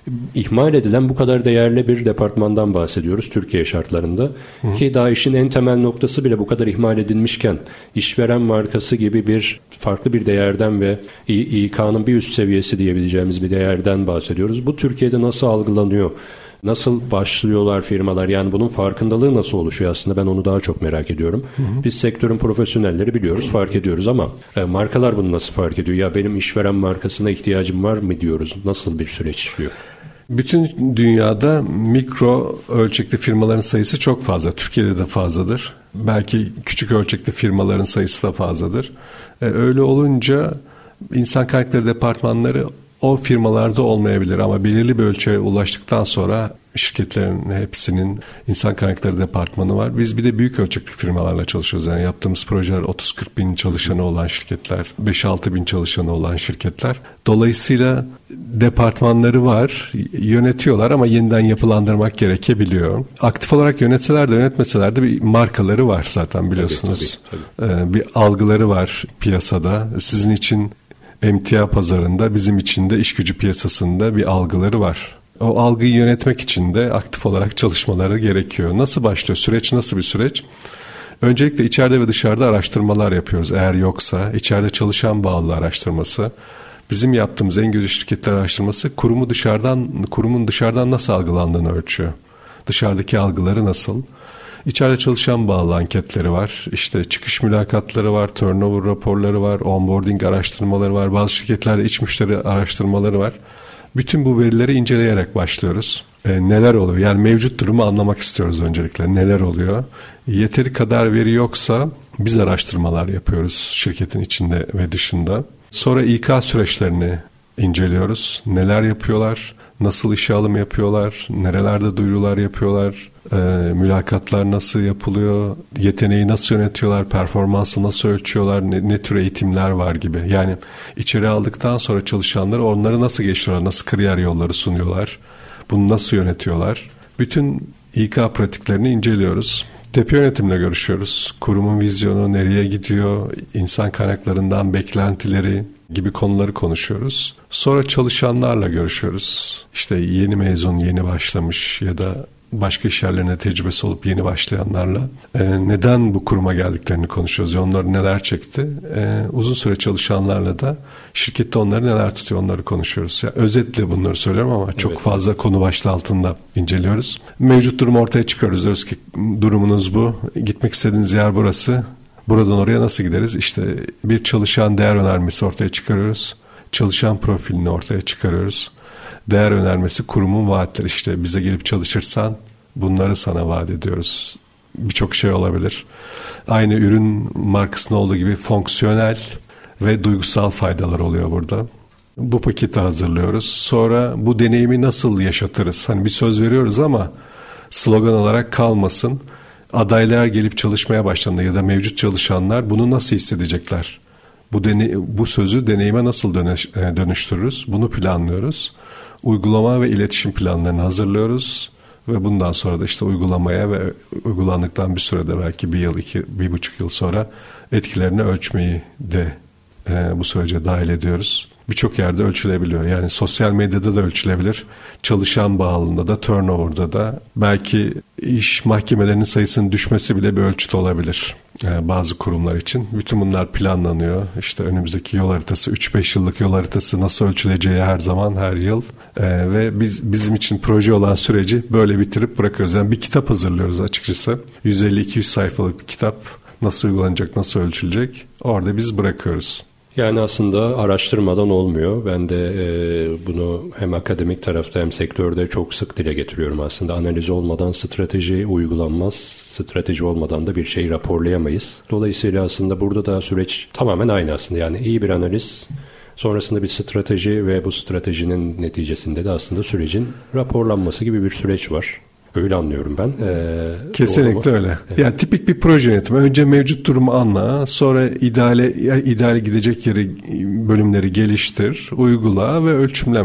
ihmal edilen bu kadar değerli bir departmandan bahsediyoruz Türkiye şartlarında. Hı. Ki daha işin en temel noktası bile bu kadar ihmal edilmişken işveren markası gibi bir farklı bir değerden ve İK'nın bir üst seviyesi diyebileceğimiz bir değerden bahsediyoruz. Bu Türkiye'de nasıl algılanıyor? Nasıl başlıyorlar firmalar? Yani bunun farkındalığı nasıl oluşuyor aslında? Ben onu daha çok merak ediyorum. Hı hı. Biz sektörün profesyonelleri biliyoruz, fark ediyoruz ama e, markalar bunu nasıl fark ediyor? Ya benim işveren markasına ihtiyacım var mı diyoruz? Nasıl bir süreç işliyor? Bütün dünyada mikro ölçekli firmaların sayısı çok fazla. Türkiye'de de fazladır. Belki küçük ölçekli firmaların sayısı da fazladır. E, öyle olunca insan kaynakları departmanları o firmalarda olmayabilir ama belirli bir ölçüye ulaştıktan sonra şirketlerin hepsinin insan kaynakları departmanı var. Biz bir de büyük ölçekli firmalarla çalışıyoruz. Yani yaptığımız projeler otuz kırk bin çalışanı olan şirketler, beş altı bin çalışanı olan şirketler. Dolayısıyla departmanları var, yönetiyorlar ama yeniden yapılandırmak gerekebiliyor. Aktif olarak yönetseler de yönetmeseler de bir markaları var zaten biliyorsunuz. Tabii, tabii, tabii. Ee, bir algıları var piyasada. Sizin için emtia pazarında, bizim için de iş gücü piyasasında bir algıları var. O algıyı yönetmek için de aktif olarak çalışmaları gerekiyor. Nasıl başlıyor? Süreç nasıl bir süreç? Öncelikle içeride ve dışarıda araştırmalar yapıyoruz. Eğer yoksa içeride çalışan bağlı araştırması. Bizim yaptığımız en güzel şirketler araştırması kurumu dışarıdan, kurumun dışarıdan nasıl algılandığını ölçüyor. Dışarıdaki algıları nasıl? İçeride çalışan bağlı anketleri var. İşte çıkış mülakatları var, turnover raporları var, onboarding araştırmaları var. Bazı şirketlerde iç müşteri araştırmaları var. Bütün bu verileri inceleyerek başlıyoruz. E, neler oluyor? Yani mevcut durumu anlamak istiyoruz öncelikle. Neler oluyor? Yeteri kadar veri yoksa biz araştırmalar yapıyoruz şirketin içinde ve dışında. Sonra İK süreçlerini inceliyoruz. Neler yapıyorlar? Nasıl işe alım yapıyorlar? Nerelerde duyurular yapıyorlar? E, mülakatlar nasıl yapılıyor? Yeteneği nasıl yönetiyorlar? Performansı nasıl ölçüyorlar? Ne, ne tür eğitimler var gibi. Yani içeri aldıktan sonra çalışanları onları nasıl geçiriyorlar? Nasıl kariyer yolları sunuyorlar? Bunu nasıl yönetiyorlar? Bütün İK pratiklerini inceliyoruz. Tepe yönetimle görüşüyoruz. Kurumun vizyonu nereye gidiyor? İnsan kaynaklarından beklentileri gibi konuları konuşuyoruz. Sonra çalışanlarla görüşüyoruz. İşte yeni mezun, yeni başlamış ya da başka iş yerlerine tecrübesi olup yeni başlayanlarla e, neden bu kuruma geldiklerini konuşuyoruz. Onlar neler çekti. E, uzun süre çalışanlarla da şirkette onları neler tutuyor onları konuşuyoruz. Yani özetle bunları söylüyorum ama çok evet. fazla konu başlığı altında inceliyoruz. Mevcut durumu ortaya çıkarıyoruz. Diyoruz ki durumunuz bu. Gitmek istediğiniz yer burası. Buradan oraya nasıl gideriz? İşte bir çalışan değer önermesi ortaya çıkarıyoruz. Çalışan profilini ortaya çıkarıyoruz. Değer önermesi kurumun vaatleri. İşte bize gelip çalışırsan bunları sana vaat ediyoruz. Birçok şey olabilir. Aynı ürün markasında olduğu gibi fonksiyonel ve duygusal faydalar oluyor burada. Bu paketi hazırlıyoruz. Sonra bu deneyimi nasıl yaşatırız? Hani bir söz veriyoruz ama slogan olarak kalmasın. Adaylar gelip çalışmaya başladığında ya da mevcut çalışanlar bunu nasıl hissedecekler? Bu deney, bu sözü deneyime nasıl dönüş, dönüştürürüz? Bunu planlıyoruz. Uygulama ve iletişim planlarını hazırlıyoruz ve bundan sonra da işte uygulamaya ve uygulandıktan bir sürede belki bir yıl, iki, bir buçuk yıl sonra etkilerini ölçmeyi de e, bu sürece dahil ediyoruz. Birçok yerde ölçülebiliyor. Yani sosyal medyada da ölçülebilir. Çalışan bağlılığında da, turnover'da da belki iş mahkemelerinin sayısının düşmesi bile bir ölçüt olabilir. Yani bazı kurumlar için. Bütün bunlar planlanıyor. İşte önümüzdeki yol haritası, üç beş yıllık yol haritası nasıl ölçüleceği her zaman, her yıl. Ee, ve biz bizim için proje olan süreci böyle bitirip bırakıyoruz. Yani bir kitap hazırlıyoruz açıkçası. yüz elli iki yüz sayfalık bir kitap. Nasıl uygulanacak, nasıl ölçülecek? Orada biz bırakıyoruz. Yani aslında araştırmadan olmuyor. Ben de e, bunu hem akademik tarafta hem sektörde çok sık dile getiriyorum aslında. Analiz olmadan strateji uygulanmaz. Strateji olmadan da bir şey raporlayamayız. Dolayısıyla aslında burada da süreç tamamen aynı aslında. Yani iyi bir analiz, sonrasında bir strateji ve bu stratejinin neticesinde de aslında sürecin raporlanması gibi bir süreç var. Öyle anlıyorum ben. Ee, Kesinlikle öyle. Evet. Yani tipik bir proje yönetimi. Önce mevcut durumu anla, sonra ideale ideale gidecek yeri, bölümleri geliştir, uygula ve ölçümleme.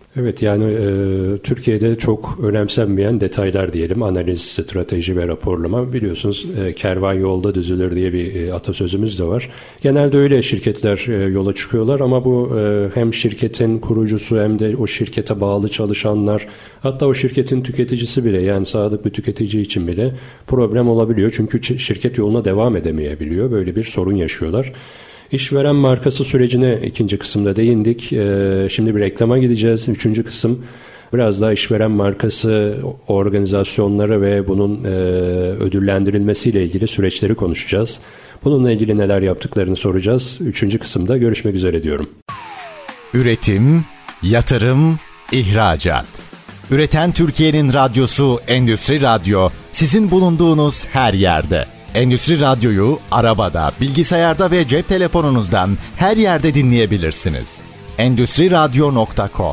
Evet, yani e, Türkiye'de çok önemsenmeyen detaylar diyelim. Analiz, strateji ve raporlama. Biliyorsunuz e, kervan yolda düzülür diye bir e, atasözümüz de var. Genelde öyle şirketler e, yola çıkıyorlar ama bu e, hem şirketin kurucusu hem de o şirkete bağlı çalışanlar, hatta o şirketin tüketicisi bile, yani sadık bir tüketici için bile problem olabiliyor. Çünkü şirket yoluna devam edemeyebiliyor. Böyle bir sorun yaşıyorlar. İşveren markası sürecine ikinci kısımda değindik. Ee, şimdi bir reklama gideceğiz. Üçüncü kısım biraz daha işveren markası organizasyonları ve bunun e, ödüllendirilmesiyle ilgili süreçleri konuşacağız. Bununla ilgili neler yaptıklarını soracağız. Üçüncü kısımda görüşmek üzere diyorum. Üretim, yatırım, ihracat. Üreten Türkiye'nin radyosu Endüstri Radyo, sizin bulunduğunuz her yerde. Endüstri Radyo'yu arabada, bilgisayarda ve cep telefonunuzdan her yerde dinleyebilirsiniz. endüstri radyo nokta com.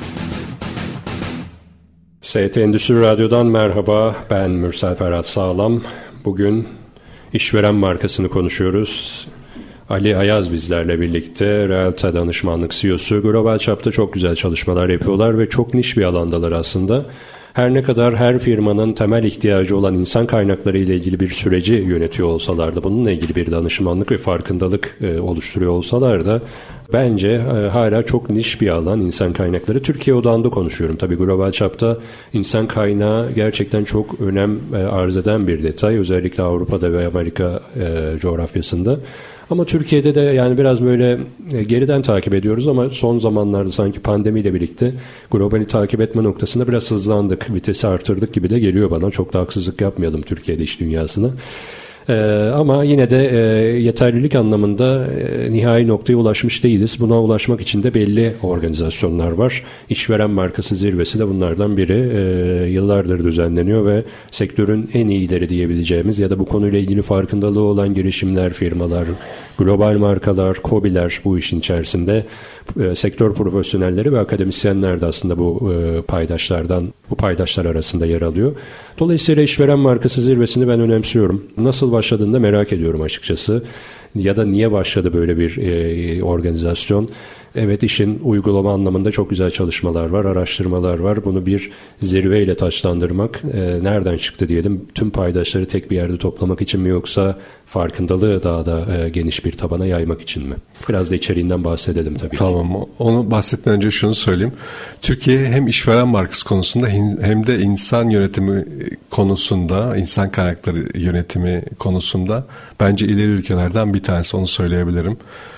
S T Endüstri Radyo'dan merhaba, ben Mürsel Ferhat Sağlam. Bugün işveren markasını konuşuyoruz. Ali Ayaz bizlerle birlikte, Realta Danışmanlık C E O'su. Global çapta çok güzel çalışmalar yapıyorlar ve çok niş bir alandalar aslında. Her ne kadar her firmanın temel ihtiyacı olan insan kaynakları ile ilgili bir süreci yönetiyor olsalar da, bununla ilgili bir danışmanlık ve farkındalık e, oluşturuyor olsalar da bence e, hala çok niş bir alan insan kaynakları. Türkiye odağında konuşuyorum. Tabii global çapta insan kaynağı gerçekten çok önem e, arz eden bir detay. Özellikle Avrupa'da ve Amerika e, coğrafyasında. Ama Türkiye'de de yani biraz böyle geriden takip ediyoruz ama son zamanlarda sanki pandemiyle birlikte globali takip etme noktasında biraz hızlandık, vitesi artırdık gibi de geliyor bana. Çok da haksızlık yapmayalım Türkiye'de iş dünyasına. Ee, ama yine de e, yeterlilik anlamında e, nihai noktaya ulaşmış değiliz. Buna ulaşmak için de belli organizasyonlar var. İşveren markası zirvesi de bunlardan biri. E, yıllardır düzenleniyor ve sektörün en iyileri diyebileceğimiz ya da bu konuyla ilgili farkındalığı olan girişimler, firmalar, global markalar, KOBİ'ler bu işin içerisinde. E, sektör profesyonelleri ve akademisyenler de aslında bu e, paydaşlardan, bu paydaşlar arasında yer alıyor. Dolayısıyla işveren markası zirvesini ben önemsiyorum. Nasıl başladığını da merak ediyorum açıkçası. Ya da niye başladı böyle bir e, organizasyon? Evet, işin uygulama anlamında çok güzel çalışmalar var, araştırmalar var. Bunu bir zirveyle taçlandırmak e, nereden çıktı diyelim? Tüm paydaşları tek bir yerde toplamak için mi, yoksa farkındalığı daha da e, geniş bir tabana yaymak için mi? Biraz da içeriğinden bahsedelim tabii. Tamam, onu bahsetmeden önce şunu söyleyeyim. Türkiye hem işveren markası konusunda hem de insan yönetimi konusunda, insan kaynakları yönetimi konusunda bence ileri ülkelerden bir tanesi, onu söyleyebilirim.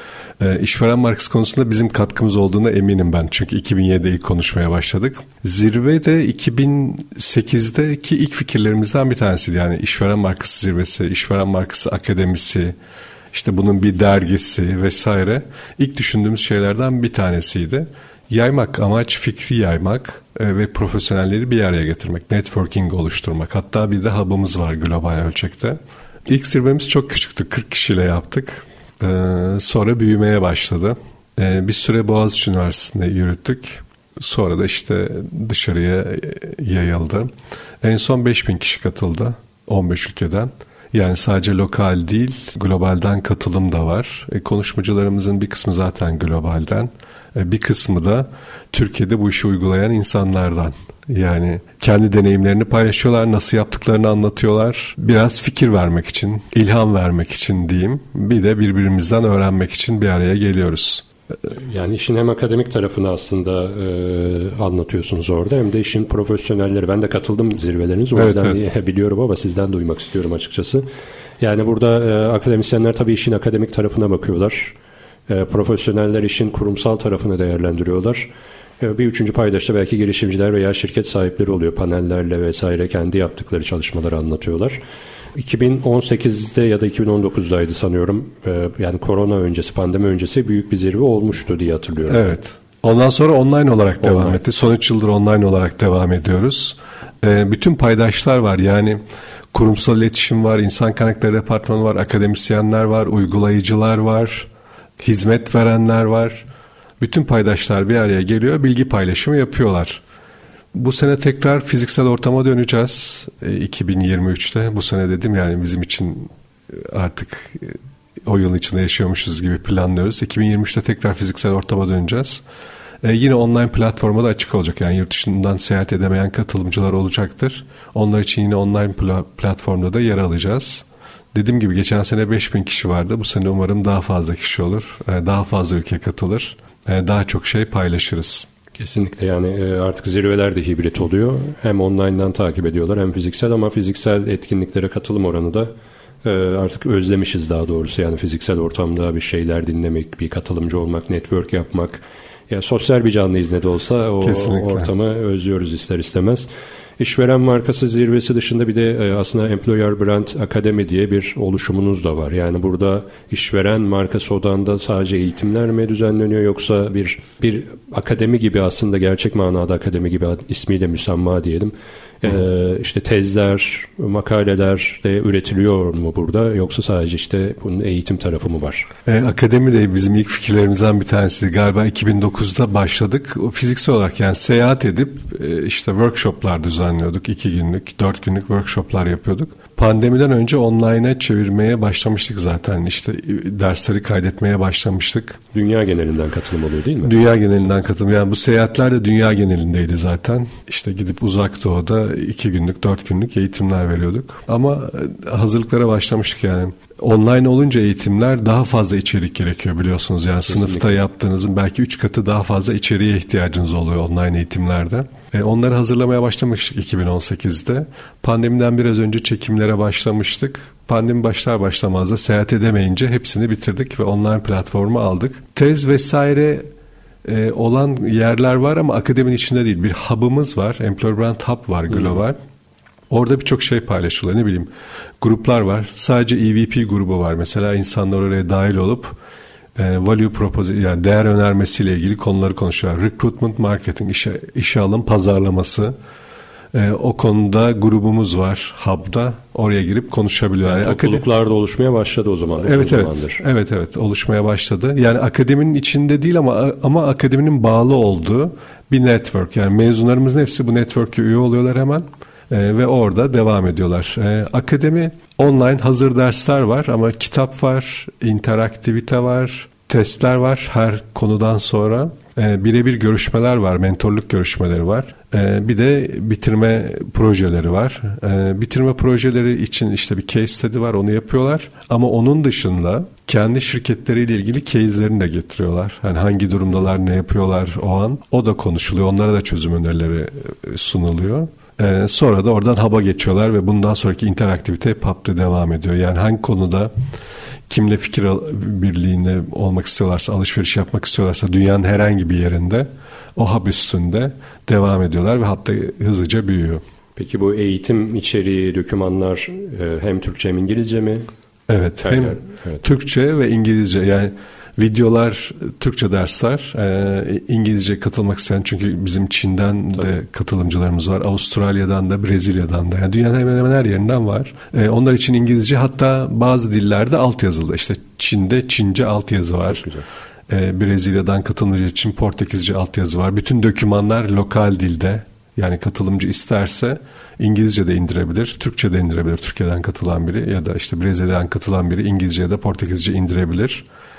E, işveren markası konusunda bizim katkımız olduğuna eminim ben. Çünkü iki bin yedide ilk konuşmaya başladık. Zirve de iki bin sekizdeki ilk fikirlerimizden bir tanesiydi. Yani işveren markası zirvesi, işveren markası akademisi, işte bunun bir dergisi vesaire. İlk düşündüğümüz şeylerden bir tanesiydi. Yaymak, amaç fikri yaymak e, ve profesyonelleri bir araya getirmek, networking oluşturmak. Hatta bir de hub'ımız var global ölçekte. İlk zirvemiz çok küçüktü, kırk kişiyle yaptık. Ee, sonra büyümeye başladı. Ee, bir süre Boğaziçi Üniversitesi'nde yürüttük. Sonra da işte dışarıya yayıldı. En son beş bin kişi katıldı on beş ülkeden. Yani sadece lokal değil, globalden katılım da var. E, konuşmacılarımızın bir kısmı zaten globalden. E, bir kısmı da Türkiye'de bu işi uygulayan insanlardan. Yani kendi deneyimlerini paylaşıyorlar, nasıl yaptıklarını anlatıyorlar. Biraz fikir vermek için, ilham vermek için diyeyim. Bir de birbirimizden öğrenmek için bir araya geliyoruz. Yani işin hem akademik tarafını aslında e, anlatıyorsunuz orada, hem de işin profesyonelleri. Ben de katıldım zirveleriniz, o yüzden evet, evet. biliyorum ama sizden duymak istiyorum açıkçası. Yani burada e, akademisyenler tabii işin akademik tarafına bakıyorlar. E, profesyoneller işin kurumsal tarafını değerlendiriyorlar. E, bir üçüncü paydaşta belki girişimciler veya şirket sahipleri oluyor. Panellerle vesaire kendi yaptıkları çalışmaları anlatıyorlar. iki bin on sekizde ya da iki bin on dokuzdaydı sanıyorum. Ee, yani korona öncesi, pandemi öncesi büyük bir zirve olmuştu diye hatırlıyorum. Evet. Ondan sonra online olarak online. devam etti. Son üç yıldır online olarak devam ediyoruz. Ee, bütün paydaşlar var. Yani kurumsal iletişim var, insan kaynakları departmanı var, akademisyenler var, uygulayıcılar var, hizmet verenler var. Bütün paydaşlar bir araya geliyor, bilgi paylaşımı yapıyorlar. Bu sene tekrar fiziksel ortama döneceğiz iki bin yirmi üçte. Bu sene dedim, yani bizim için artık o yılın içinde yaşıyormuşuz gibi planlıyoruz. iki bin yirmi üçte tekrar fiziksel ortama döneceğiz. E, yine online platforma da açık olacak. Yani yurt dışından seyahat edemeyen katılımcılar olacaktır. Onlar için yine online pla- platformda da yer alacağız. Dediğim gibi geçen sene beş bin kişi vardı. Bu sene umarım daha fazla kişi olur. E, daha fazla ülke katılır. E, daha çok şey paylaşırız. Kesinlikle, yani artık zirveler de hibrit oluyor. Hem online'dan takip ediyorlar hem fiziksel, ama fiziksel etkinliklere katılım oranı da artık özlemişiz daha doğrusu. Yani fiziksel ortamda bir şeyler dinlemek, bir katılımcı olmak, network yapmak. Ya sosyal bir canlıyız ne de olsa o Kesinlikle. Ortamı özlüyoruz ister istemez. İşveren markası zirvesi dışında bir de aslında Employer Brand Academy diye bir oluşumunuz da var. Yani burada işveren markası odağında sadece eğitimler mi düzenleniyor, yoksa bir bir akademi gibi, aslında gerçek manada akademi gibi ismiyle müsemma diyelim. Ee, işte tezler, makaleler de üretiliyor mu burada, yoksa sadece işte bunun eğitim tarafı mı var? Ee, akademi de bizim ilk fikirlerimizden bir tanesi. Galiba iki bin dokuzda başladık. O fiziksel olarak yani seyahat edip işte workshoplar düzenliyorduk. iki günlük, dört günlük workshoplar yapıyorduk. Pandemiden önce online'a çevirmeye başlamıştık zaten. İşte dersleri kaydetmeye başlamıştık. Dünya genelinden katılım oluyor değil mi? Dünya genelinden katılım. Yani bu seyahatler de dünya genelindeydi zaten. İşte gidip uzak doğuda iki günlük, dört günlük eğitimler veriyorduk. Ama hazırlıklara başlamıştık yani. Online olunca eğitimler daha fazla içerik gerekiyor biliyorsunuz. Yani Kesinlikle. Sınıfta yaptığınızın belki üç katı daha fazla içeriğe ihtiyacınız oluyor online eğitimlerde. E, onları hazırlamaya başlamıştık iki bin on sekizde. Pandemiden biraz önce çekimlere başlamıştık. Pandemi başlar başlamaz da seyahat edemeyince hepsini bitirdik ve online platformu aldık. Tez vesaire e, olan yerler var ama akademinin içinde değil. Bir hub'ımız var. Employer Brand Hub var global. Hmm. Orada birçok şey paylaşılıyor. Ne bileyim gruplar var. Sadece E V P grubu var. Mesela insanlar oraya dahil olup e, value proposition, yani değer önermesiyle ilgili konuları konuşuyorlar. Recruitment, marketing, işe, işe alım, pazarlaması. E, o konuda grubumuz var Hub'da. Oraya girip konuşabiliyorlar. Yani topluluklar da oluşmaya başladı o zaman. Evet evet. Evet evet oluşmaya başladı. Yani akademinin içinde değil ama ama akademinin bağlı olduğu bir network. Yani mezunlarımızın hepsi bu network'e üye oluyorlar hemen. Ee, ve orada devam ediyorlar. Ee, akademi online hazır dersler var ama kitap var, interaktivite var, testler var her konudan sonra. Ee, birebir görüşmeler var, mentorluk görüşmeleri var. Ee, bir de bitirme projeleri var. Ee, bitirme projeleri için işte bir case study var, onu yapıyorlar. Ama onun dışında kendi şirketleriyle ilgili case'lerini de getiriyorlar. Yani hangi durumdalar, ne yapıyorlar o an. O da konuşuluyor, onlara da çözüm önerileri sunuluyor. Ee, sonra da oradan hub'a geçiyorlar ve bundan sonraki interaktivite hep hub'da devam ediyor. Yani hangi konuda kimle fikir birliğinde olmak istiyorlarsa, alışveriş yapmak istiyorlarsa dünyanın herhangi bir yerinde o hub üstünde devam ediyorlar ve hub'da hızlıca büyüyor. Peki bu eğitim içeriği, dokümanlar hem Türkçe hem İngilizce mi? Evet, hem evet. Türkçe ve İngilizce, yani videolar, Türkçe dersler, e, İngilizce katılmak isteyen, çünkü bizim Çin'den Tabii. de katılımcılarımız var, Avustralya'dan da, Brezilya'dan da, yani dünyanın hemen hemen her yerinden var. E, onlar için İngilizce, hatta bazı dillerde altyazılı, işte Çin'de Çince altyazı var. Çok güzel. E, Brezilya'dan katılımcı için Portekizce altyazı var. Bütün dokümanlar lokal dilde. Yani katılımcı isterse İngilizce de indirebilir, Türkçe de indirebilir. Türkiye'den katılan biri ya da işte Brezilya'dan katılan biri İngilizce ya da Portekizce indirebilir,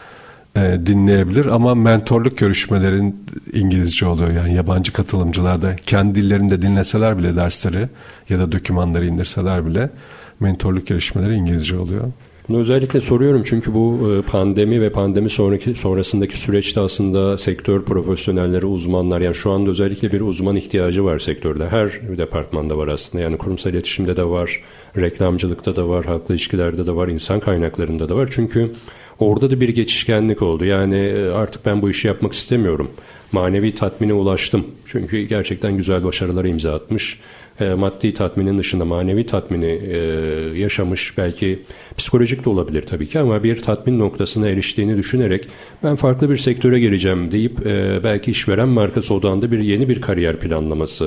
e, dinleyebilir. Ama mentorluk görüşmelerin İngilizce oluyor. Yani yabancı katılımcılar da kendi dillerinde dinleseler bile dersleri ya da dokümanları indirseler bile mentorluk görüşmeleri İngilizce oluyor. Bunu özellikle soruyorum çünkü bu pandemi ve pandemi sonraki sonrasındaki süreçte aslında sektör profesyonelleri, uzmanlar, yani şu anda özellikle bir uzman ihtiyacı var sektörde. Her departmanda var aslında. Yani kurumsal iletişimde de var, reklamcılıkta da var, halkla ilişkilerde de var, insan kaynaklarında da var. Çünkü orada da bir geçişkenlik oldu. Yani artık ben bu işi yapmak istemiyorum. Manevi tatmine ulaştım. Çünkü gerçekten güzel başarılara imza atmış. E, maddi tatminin dışında manevi tatmini e, yaşamış, belki psikolojik de olabilir tabii ki, ama bir tatmin noktasına eriştiğini düşünerek ben farklı bir sektöre gireceğim deyip e, belki işveren markası odağında bir yeni bir kariyer planlaması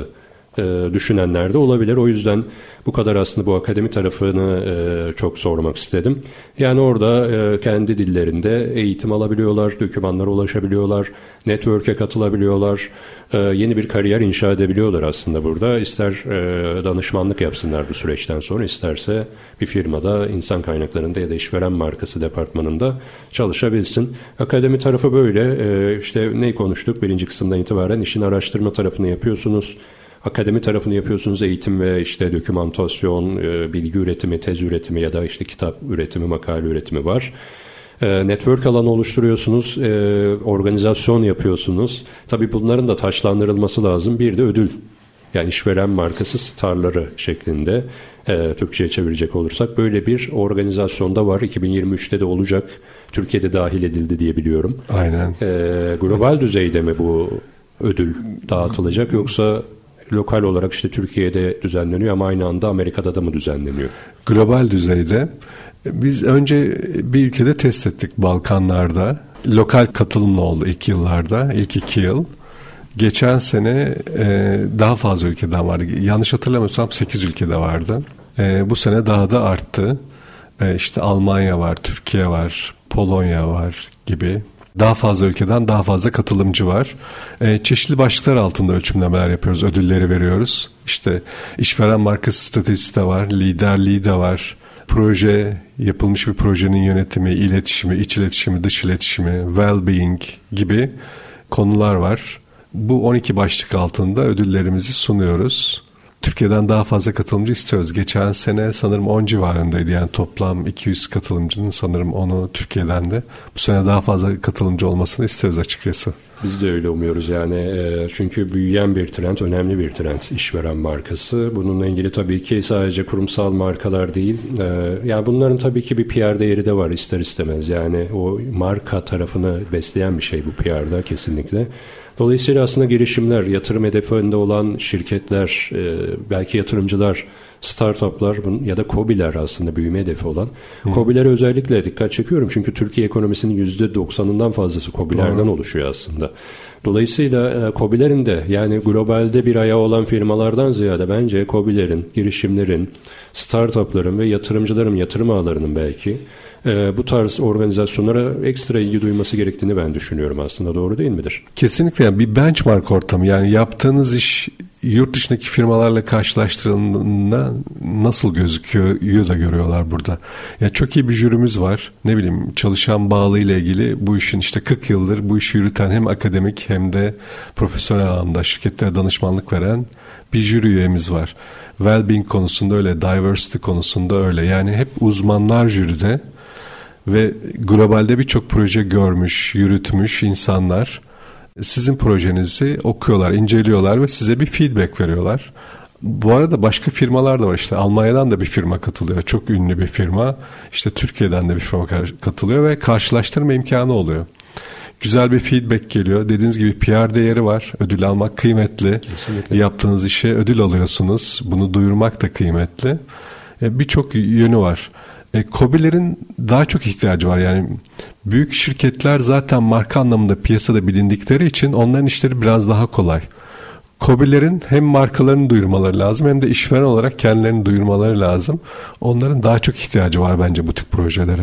e, düşünenler de olabilir. O yüzden bu kadar aslında bu akademi tarafını e, çok sormak istedim. Yani orada e, kendi dillerinde eğitim alabiliyorlar, dokümanlara ulaşabiliyorlar, network'e katılabiliyorlar, e, yeni bir kariyer inşa edebiliyorlar aslında burada. İster e, danışmanlık yapsınlar bu süreçten sonra, isterse bir firmada insan kaynaklarında ya da işveren markası departmanında çalışabilsin. Akademi tarafı böyle. E, işte ne konuştuk? Birinci kısımdan itibaren işin araştırma tarafını yapıyorsunuz. Akademi tarafını yapıyorsunuz, eğitim ve işte dokümantasyon, bilgi üretimi, tez üretimi ya da işte kitap üretimi, makale üretimi var. Network alanı oluşturuyorsunuz, organizasyon yapıyorsunuz. Tabii bunların da taşlandırılması lazım. Bir de ödül, yani işveren markası starları şeklinde Türkçe'ye çevirecek olursak böyle bir organizasyonda var. iki bin yirmi üçte de olacak. Türkiye'de dahil edildi diye biliyorum. Aynen. Global düzeyde mi bu ödül dağıtılacak, yoksa lokal olarak işte Türkiye'de düzenleniyor ama aynı anda Amerika'da da mı düzenleniyor? Global düzeyde. Biz önce bir ülkede test ettik, Balkanlarda. Lokal katılımla oldu ilk yıllarda, ilk iki yıl. Geçen sene e, daha fazla ülkeden vardı. Yanlış hatırlamıyorsam sekiz ülkede vardı. E, bu sene daha da arttı. E, işte Almanya var, Türkiye var, Polonya var gibi. Daha fazla ülkeden daha fazla katılımcı var. E, çeşitli başlıklar altında ölçümlemeler yapıyoruz, ödülleri veriyoruz. İşte işveren markası stratejisi de var, liderliği de var. Proje, yapılmış bir projenin yönetimi, iletişimi, iç iletişimi, dış iletişimi, well-being gibi konular var. Bu on iki başlık altında ödüllerimizi sunuyoruz. Türkiye'den daha fazla katılımcı istiyoruz. Geçen sene sanırım on civarındaydı. Yani toplam iki yüz katılımcının sanırım onu Türkiye'den de. Bu sene daha fazla katılımcı olmasını istiyoruz açıkçası. Biz de öyle umuyoruz yani. Çünkü büyüyen bir trend, önemli bir trend işveren markası. Bununla ilgili tabii ki sadece kurumsal markalar değil. Yani bunların tabii ki bir P R değeri de var ister istemez. Yani o marka tarafını besleyen bir şey bu P R'da kesinlikle. Dolayısıyla aslında girişimler, yatırım hedefi önünde olan şirketler, belki yatırımcılar, startuplar ya da KOBİ'ler aslında büyüme hedefi olan. Hı. KOBİ'lere özellikle dikkat çekiyorum. Çünkü Türkiye ekonomisinin yüzde doksanından fazlası KOBİ'lerden Hı. oluşuyor aslında. Dolayısıyla KOBİ'lerin de, yani globalde bir ayağı olan firmalardan ziyade bence KOBİ'lerin, girişimlerin, startupların ve yatırımcıların, yatırım ağlarının belki bu tarz organizasyonlara ekstra ilgi duyması gerektiğini ben düşünüyorum aslında. Doğru değil midir? Kesinlikle. Yani bir benchmark ortamı. Yani yaptığınız iş yurt dışındaki firmalarla karşılaştırıldığında nasıl gözüküyor da görüyorlar burada. Yani çok iyi bir jürimiz var. Ne bileyim, çalışan bağlı ile ilgili bu işin işte kırk yıldır bu işi yürüten, hem akademik hem de profesyonel alanda şirketlere danışmanlık veren bir jüri üyemiz var. Well-being konusunda öyle, diversity konusunda öyle. Yani hep uzmanlar jüride ve globalde birçok proje görmüş, yürütmüş insanlar sizin projenizi okuyorlar, inceliyorlar ve size bir feedback veriyorlar. Bu arada başka firmalar da var. İşte Almanya'dan da bir firma katılıyor. Çok ünlü bir firma. İşte Türkiye'den de bir firma katılıyor ve karşılaştırma imkanı oluyor. Güzel bir feedback geliyor. Dediğiniz gibi P R değeri var. Ödül almak kıymetli. Kesinlikle. Yaptığınız işe ödül alıyorsunuz. Bunu duyurmak da kıymetli. Birçok yönü var. E, KOBİ'lerin daha çok ihtiyacı var. Yani büyük şirketler zaten marka anlamında piyasada bilindikleri için onların işleri biraz daha kolay. KOBİ'lerin hem markalarını duyurmaları lazım hem de işveren olarak kendilerini duyurmaları lazım. Onların daha çok ihtiyacı var bence bu tip projelere.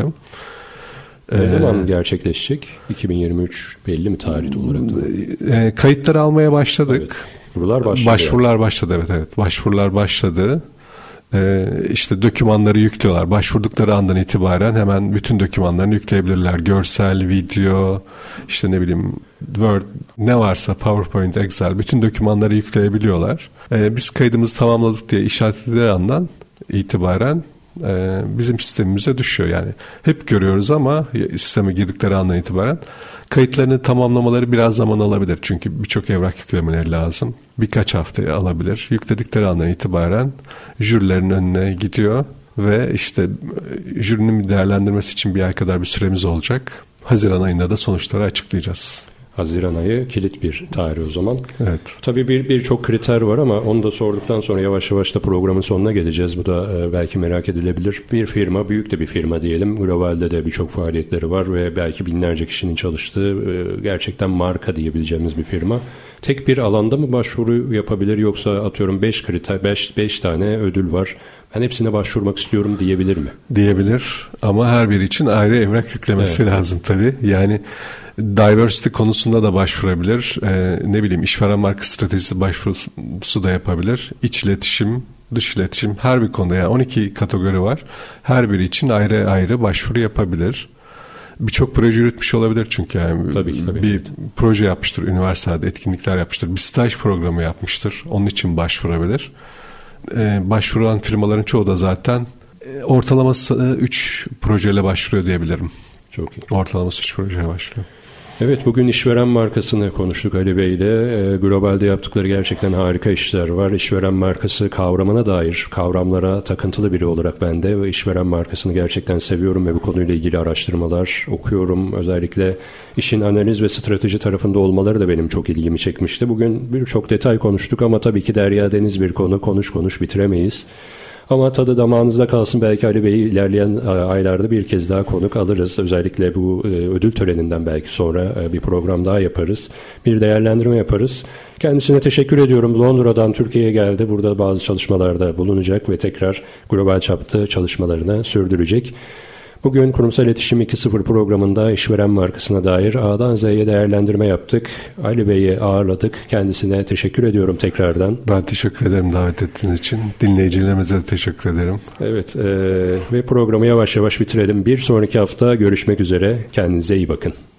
Ne ee, zaman gerçekleşecek? iki bin yirmi üç belli mi tarih olarak? E, kayıtları almaya başladık. Evet. Başvurular başladı. Başvurular başladı evet evet. Başvurular başladı. Ee, işte dokümanları yüklüyorlar. Başvurdukları andan itibaren hemen bütün dokümanlarını yükleyebilirler. Görsel, video, işte ne bileyim Word, ne varsa PowerPoint, Excel, bütün dokümanları yükleyebiliyorlar. Ee, biz kaydımızı tamamladık diye işaretledikleri andan itibaren e, bizim sistemimize düşüyor. Yani hep görüyoruz ama sisteme girdikleri andan itibaren kayıtlarını tamamlamaları biraz zaman alabilir. Çünkü birçok evrak yüklemeleri lazım. Birkaç haftaya alabilir. Yükledikleri andan itibaren jürilerin önüne gidiyor ve işte jürinin değerlendirmesi için bir ay kadar bir süremiz olacak. Haziran ayında da sonuçları açıklayacağız. Haziran ayı kilit bir tarih o zaman. Evet. Tabii bir birçok kriter var ama onu da sorduktan sonra yavaş yavaş da programın sonuna geleceğiz. Bu da e, belki merak edilebilir. Bir firma, büyük de bir firma diyelim. Globalde de birçok faaliyetleri var ve belki binlerce kişinin çalıştığı e, gerçekten marka diyebileceğimiz bir firma. Tek bir alanda mı başvuru yapabilir yoksa atıyorum beş kriter, beş tane ödül var. Ben hepsine başvurmak istiyorum diyebilir mi? Diyebilir ama her biri için ayrı evrak yüklemesi evet. lazım tabii. Yani diversity konusunda da başvurabilir. Ee, ne bileyim işveren marka stratejisi başvurusu da yapabilir. İç iletişim, dış iletişim her bir konuda yani on iki kategori var. Her biri için ayrı ayrı başvuru yapabilir. Birçok proje yürütmüş olabilir çünkü yani tabii, tabii, bir evet. proje yapmıştır, üniversitede etkinlikler yapmıştır, bir staj programı yapmıştır. Onun için başvurabilir. Ee, başvuran firmaların çoğu da zaten ortalaması üç projeyle başvuruyor diyebilirim. Çok iyi. Ortalaması üç projeye başlıyor. Evet, bugün işveren markasını konuştuk Ali Bey ile. E, globalde yaptıkları gerçekten harika işler var. İşveren markası kavramına dair kavramlara takıntılı biri olarak ben de ve işveren markasını gerçekten seviyorum ve bu konuyla ilgili araştırmalar okuyorum. Özellikle işin analiz ve strateji tarafında olmaları da benim çok ilgimi çekmişti. Bugün birçok detay konuştuk ama tabii ki derya deniz bir konu, konuş konuş bitiremeyiz. Ama tadı damağınızda kalsın, belki Ali Bey'i ilerleyen aylarda bir kez daha konuk alırız. Özellikle bu ödül töreninden belki sonra bir program daha yaparız. Bir değerlendirme yaparız. Kendisine teşekkür ediyorum. Londra'dan Türkiye'ye geldi. Burada bazı çalışmalarda bulunacak ve tekrar global çapta çalışmalarını sürdürecek. Bugün Kurumsal İletişim iki nokta sıfır programında işveren markasına dair A'dan Z'ye değerlendirme yaptık. Ali Bey'i ağırladık. Kendisine teşekkür ediyorum tekrardan. Ben teşekkür ederim davet ettiğiniz için. Dinleyicilerimize de teşekkür ederim. Evet e, ve programı yavaş yavaş bitirelim. Bir sonraki hafta görüşmek üzere. Kendinize iyi bakın.